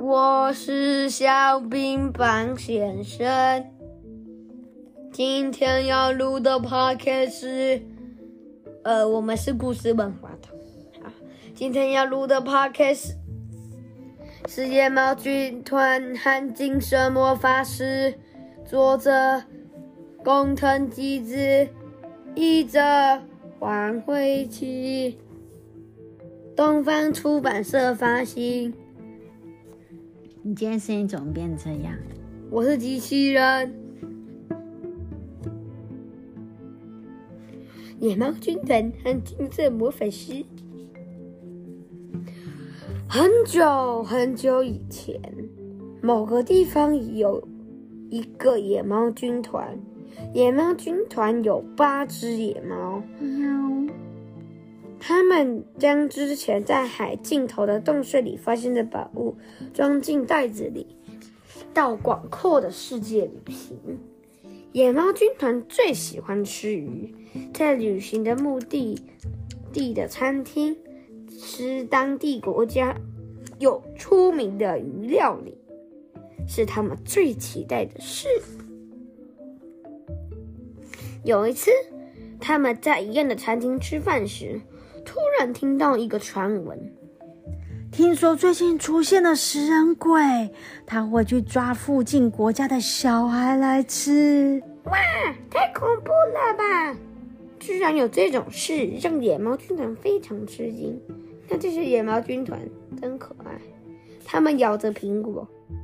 我是小冰棒先生。今天要录的 podcast 是，我们是故事文化团。好，今天要录的 podcast 是野猫军团和精神魔法师，作者工藤纪子，译者黄慧琪，东方出版社发行。 你今天声音怎么变这样？ 我是机器人。野猫军团和金色魔法师。很久很久以前，某个地方有一个野猫军团。野猫军团有8只野猫。他们将之前在海尽头的洞穴里发现的宝物装进袋子里，到广阔的世界旅行。野猫军团最喜欢吃鱼，在旅行的目的地的餐厅吃当地国家有出名的鱼料理，是他们最期待的事。有一次，他们在一样的餐厅吃饭时，突然听到一个传闻， 听说最近出现了食人鬼，他会去抓附近国家的小孩来吃。 哇，太恐怖了吧！居然有这种事，让野猫军团非常吃惊。那这些野猫军团真可爱，他们咬着苹果。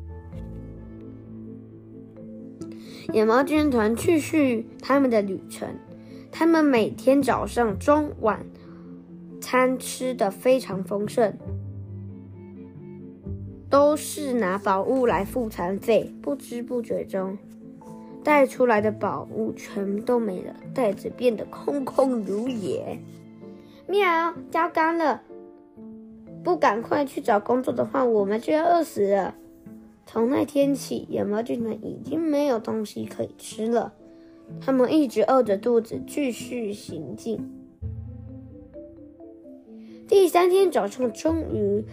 野猫军团继续他们的旅程，他们每天早上、中晚餐吃得非常丰盛，都是拿宝物来付餐费。不知不觉中，带出来的宝物全都没了，袋子变得空空如也。喵，糟糕了！不赶快去找工作的话，我们就要饿死了。从那天起，野猫军团已经没有东西可以吃了，他们一直饿着肚子继续行进。第3天早上，终于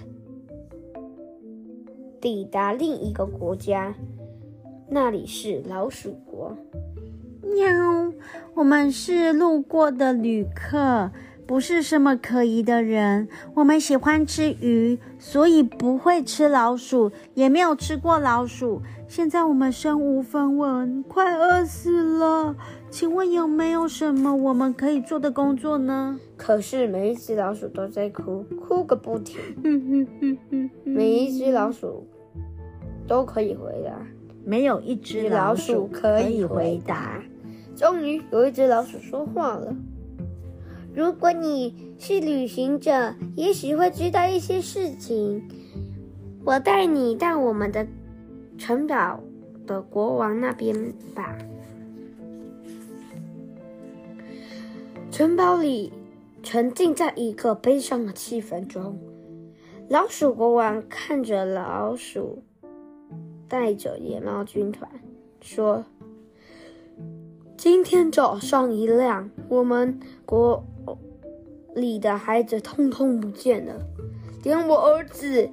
抵达另一个国家，那里是老鼠国。 喵，我们是路过的旅客，不是什么可疑的人。我们喜欢吃鱼，所以不会吃老鼠，也没有吃过老鼠。现在我们身无分文，快饿死了。请问有没有什么我们可以做的工作呢？ 可是每一只老鼠都在哭，哭个不停。每一只老鼠都可以回答， 没有一只老鼠可以回答。 终于有一只老鼠说话了：如果你是旅行者，也许会知道一些事情。我带你到我们的城堡的国王那边吧。城堡里沉浸在一个悲伤的气氛中。老鼠国王看着老鼠带着野猫军团说：今天早上一亮，我们国里的孩子通通不见了，连我儿子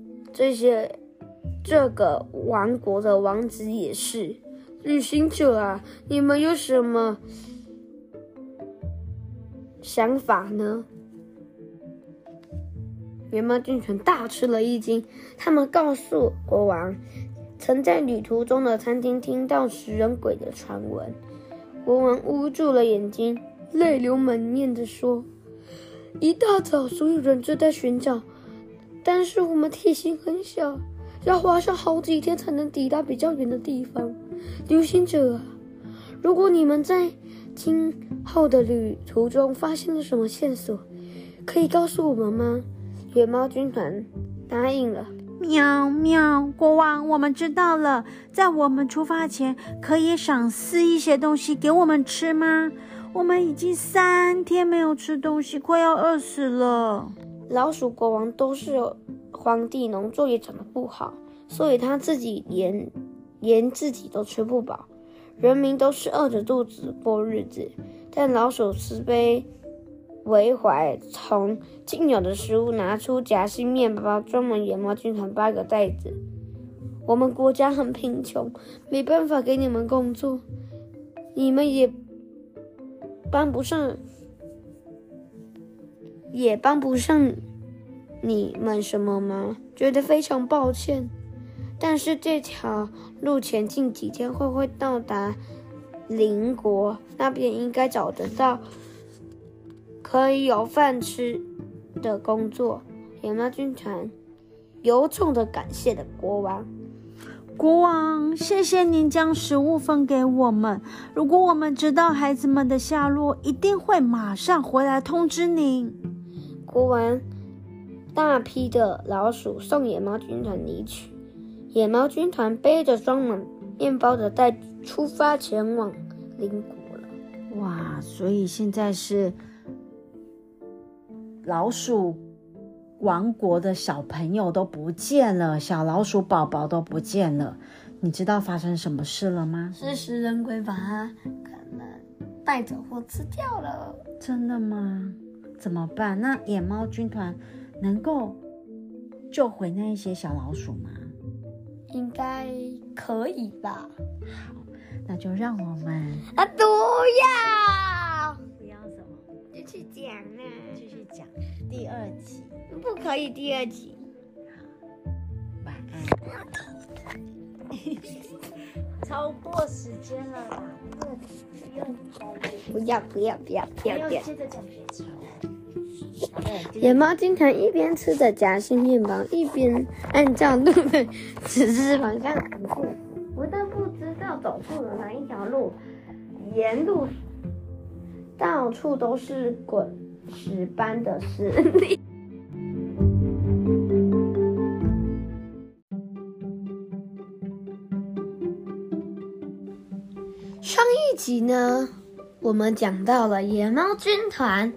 这个王国的王子也是。旅行者啊，你们有什么想法呢？野猫军团大吃了一惊，他们告诉国王，曾在旅途中的餐厅听到食人鬼的传闻。国王捂住了眼睛，泪流满面地说：一大早，所有人就在寻找，但是我们体型很小，要花上好几天才能抵达比较远的地方。旅行者啊，如果你们在今后的旅途中发现了什么线索，可以告诉我们吗？野猫军团答应了。 喵喵，国王，我们知道了。在我们出发前，可以赏赐一些东西给我们吃吗？我们已经3天没有吃东西，快要饿死了。 老鼠国王都是皇帝，农作也长得不好，所以他自己连自己都吃不饱，人民都是饿着肚子过日子。但老鼠慈悲为怀，从仅有的食物拿出夹心面包，装满野猫军团8个袋子。我们国家很贫穷，没办法给你们工作，你们也帮不上你们什么忙，觉得非常抱歉。但是这条路前进几天会到达邻国，那边应该找得到可以有饭吃的工作。野猫军团由衷的感谢了国王。 国王，谢谢您将食物分给我们。如果我们知道孩子们的下落，一定会马上回来通知您。 国王大批的老鼠送野猫军团离去，野猫军团背着装满面包的袋子出发前往邻国了。 哇，所以现在是老鼠王国的小朋友都不见了，小老鼠宝宝都不见了。你知道发生什么事了吗？ 是食人鬼把它可能带走或吃掉了。 真的吗？怎么办？那野猫军团能够救回那一些小老鼠吗？ 应该可以吧。 好，那就让我们不要什么？ 继续讲啊， 继续讲第2集。 不可以第2集。 晚安。超过时间了啦， 不要！ 接着讲别吵。 野猫经常一边吃着夹心面包，一边按照路的指示方向行进，不但不知道走错了哪一条路，沿路到处都是滚石般的石砾。上一集呢，我们讲到了野猫军团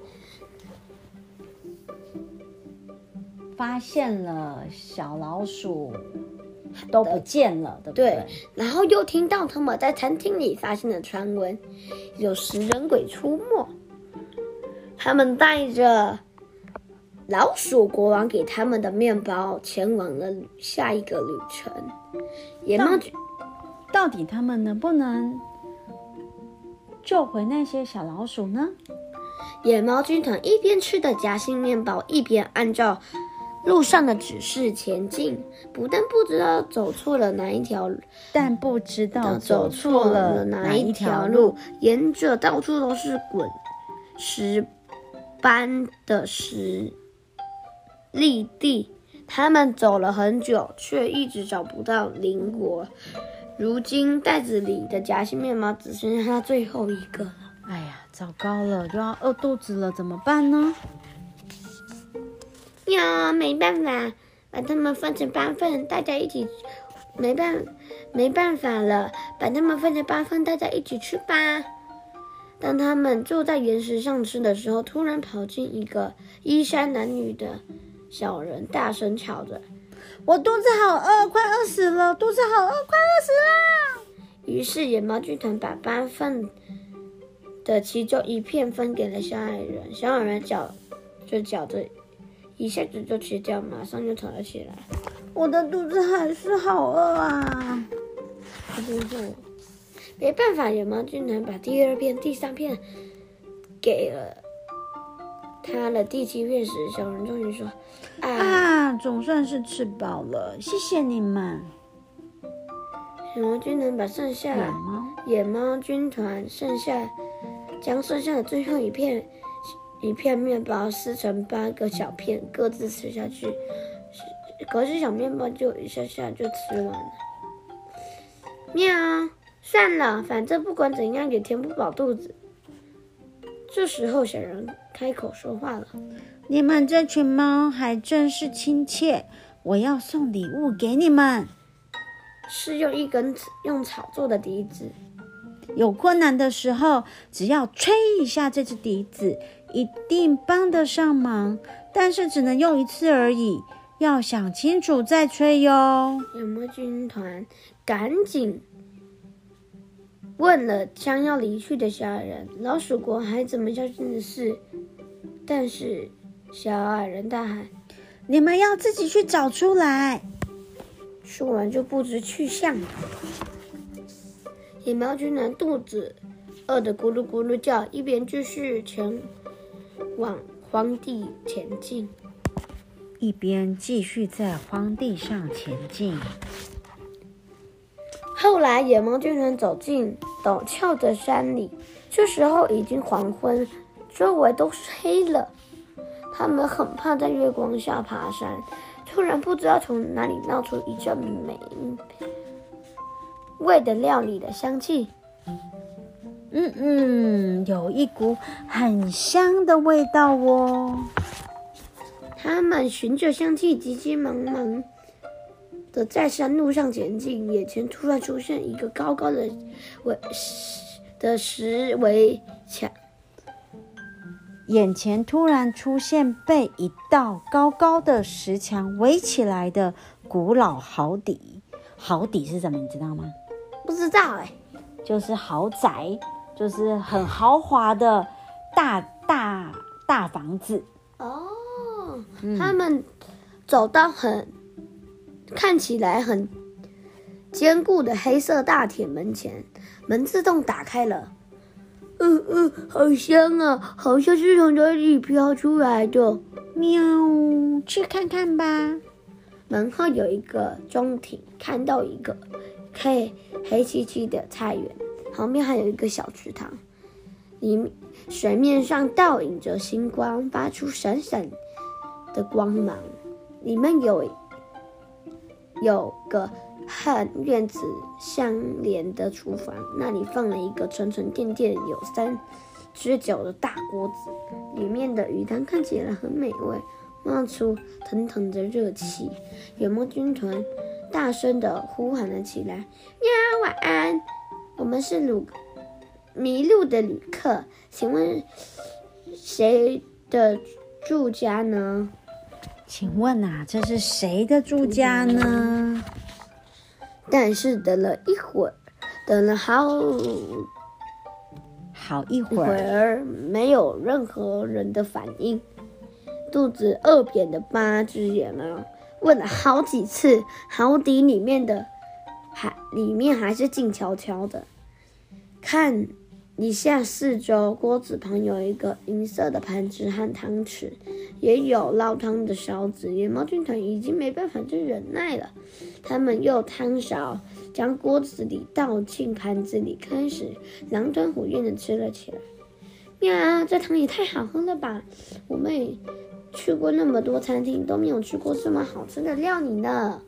发现了小老鼠都不见了，对不对？ 然后又听到他们在餐厅里发现了传闻，有食人鬼出没。他们带着老鼠国王给他们的面包，前往了下一个旅程。野猫到底他们能不能救回那些小老鼠呢？ 野猫军团一边吃着夹心面包，一边按照路上的指示前进，不但不知道走错了哪一条路， 但不知道走错了哪一条路，沿着到处都是滚石般的石砾地，他们走了很久，却一直找不到邻国。如今袋子里的夹心面包只剩下最后一个了。 哎呀，糟糕了，又要饿肚子了，怎么办呢？ 呀，没办法，把它们分成8份，大家一起。没办法了，把它们分成8份，大家一起吃吧。当他们坐在岩石上吃的时候，突然跑进一个衣衫褴褛的小人，大声吵着：“ 我肚子好饿，快饿死了！肚子好饿，快饿死了！” 于是野猫军团把8份的其中1片分给了小矮人，小矮人嚼着，一下子就吃掉，马上就吵了起来。 我的肚子还是好饿啊！ 没办法，野猫军团把第2片、第3片给了他了。第7片时，小人终于说：“ 总算是吃饱了，谢谢你们。” 野猫军团把野猫军团将剩下的最后一片面包撕成8个小片，各自吃下去。可是小面包就一下下就吃完了。喵，算了，反正不管怎样也填不饱肚子。这时候小人开口说话了：“ 你们这群猫还真是亲切，我要送礼物给你们。” 是用一根用草做的笛子。 有困难的时候，只要吹一下这只笛子，一定帮得上忙。但是只能用1次而已，要想清楚再吹哟。 野猫军团赶紧问了将要离去的小矮人，老鼠国还怎么相信的事？ 但是小矮人大喊：“ 你们要自己去找出来！” 说完就不知去向了。野猫军团肚子饿得咕噜咕噜叫，一边继续前往荒地前进， 一边继续在荒地上前进。 后来野猫军团走进陡峭的山里，这时候已经黄昏，周围都是黑了。他们很怕在月光下爬山，突然不知道从哪里闹出一阵美味的料理的香气。 有一股很香的味道哦。 他们循着香气急急忙忙的在山路上前进，眼前突然出现一个高高的石围墙。 眼前突然出现被一道高高的石墙围起来的古老豪邸。豪邸是什么？你知道吗？ 不知道就是豪宅，就是很豪华的大房子。 他们走到看起来很坚固的黑色大铁门前，门自动打开了。好香啊，好像是从这里飘出来的。 喵，去看看吧。 门后有一个中庭，看到一个黑漆漆的菜园，旁边还有一个小池塘，水面上倒映着星光，发出闪闪的光芒。里面有个和院子相连的厨房，那里放了一个沉沉甸甸有3只脚的大锅子，里面的鱼汤看起来很美味，冒出腾腾的热气。野猫军团大声地呼喊了起来：“喵，晚安！我们是迷路的旅客，请问谁的住家呢？” 请问这是谁的住家呢？ 但是等了好一会儿，没有任何人的反应。肚子饿扁的8只野猫问了好几次，豪邸里面还是静悄悄的。看一下四周，锅子旁有一个银色的盘子和汤匙，也有捞汤的勺子。野猫军团已经没办法再忍耐了，他们用汤勺将锅子里倒进盘子里，开始狼吞虎咽地吃了起来。喵，这汤也太好喝了吧！我们也去过那么多餐厅，都没有吃过这么好吃的料理呢。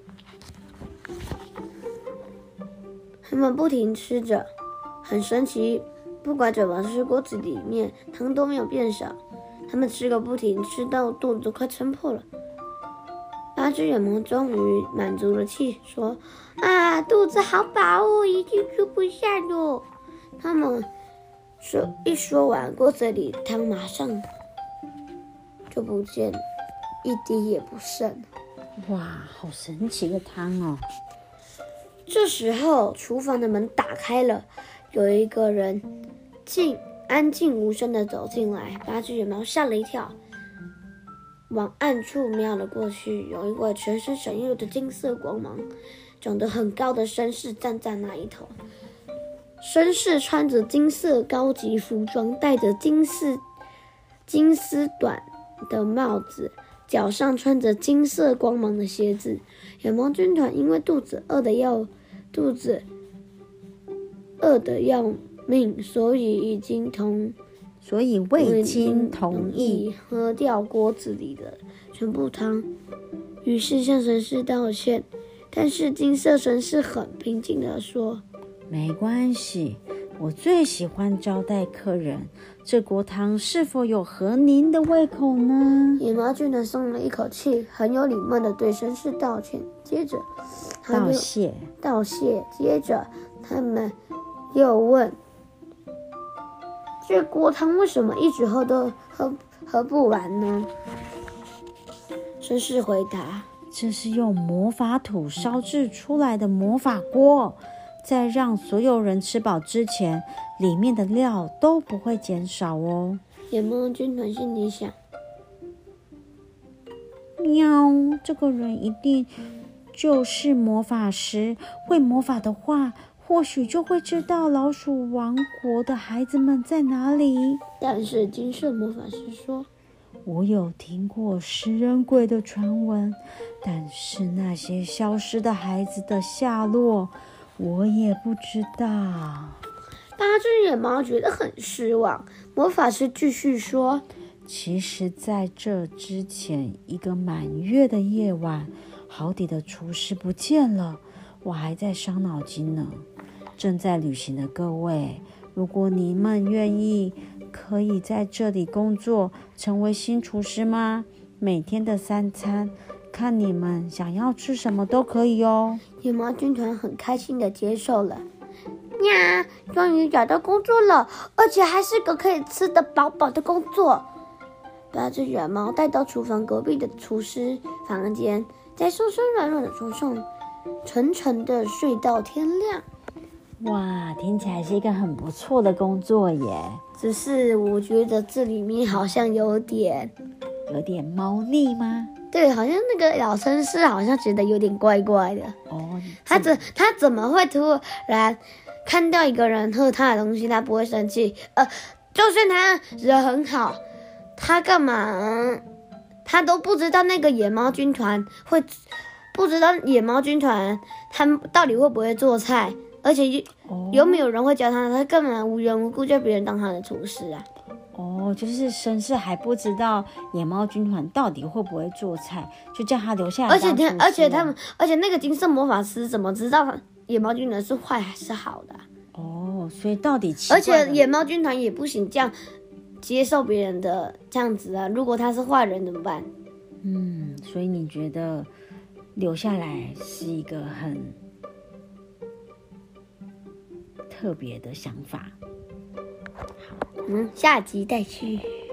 他们不停吃着，很神奇，不管怎么吃，锅子里面汤都没有变少。他们吃个不停，吃到肚子都快撑破了。8只野猫终于满足了气，说：“肚子好饱哦，已经吃不下了。”他们说完，锅子里汤马上就不见，一滴也不剩。 哇，好神奇的汤哦！ 这时候，厨房的门打开了，有一个人安静无声地走进来。8只野猫吓了一跳，往暗处瞄了过去，有一位全身闪耀的金色光芒、长得很高的绅士站在那一头。绅士穿着金色高级服装，戴着金丝短的帽子，脚上穿着金色光芒的鞋子。野猫军团因为肚子饿得要命，所以未经同意喝掉锅子里的全部汤，于是向绅士道歉。但是金色绅士很平静地说：“ 没关系，我最喜欢招待客人，这锅汤是否有合您的胃口呢？”野猫军团松了一口气，很有礼貌地对绅士道歉，接着道谢。 接着他们又问：“这锅汤为什么一直喝不完呢？”绅士回答：“ 这是用魔法土烧制出来的魔法锅，在让所有人吃饱之前，里面的料都不会减少哦。” 野猫军团心里想。 喵，这个人一定就是魔法师。会魔法的话，或许就会知道老鼠王国的孩子们在哪里。 但是金色魔法师说， 我有听过食人鬼的传闻，但是那些消失的孩子的下落，我也不知道。 8只野猫觉得很失望。魔法师继续说， 其实在这之前一个满月的夜晚，豪迪的厨师不见了，我还在伤脑筋呢。正在旅行的各位，如果你们愿意，可以在这里工作，成为新厨师吗？每天的3餐，看你们想要吃什么都可以哦。 野猫军团很开心的接受了。呀，终于找到工作了，而且还是个可以吃得饱饱的工作。8只野猫带到厨房隔壁的厨师房间，在松松软软的床上沉沉的睡到天亮。 哇，听起来是一个很不错的工作耶。 只是我觉得这里面好像有点猫腻吗？ 对，好像那个老绅士好像觉得有点怪怪的。 哦， 他怎么会突然看到一个人喝他的东西，他不会生气？就算他人很好，他干嘛？他都不知道那个野猫军团不知道野猫军团他们到底会不会做菜，而且有没有人会教他？他干嘛无缘无故叫别人当他的厨师啊？ 哦，就是绅士还不知道野猫军团到底会不会做菜，就叫他留下来当厨师。 而且那个金色魔法师怎么知道野猫军团是坏还是好的啊？ 哦，所以到底而且野猫军团也不行这样接受别人的这样子啊，如果他是坏人怎么办？ 所以你觉得留下来是一个很特别的想法。 下集再续。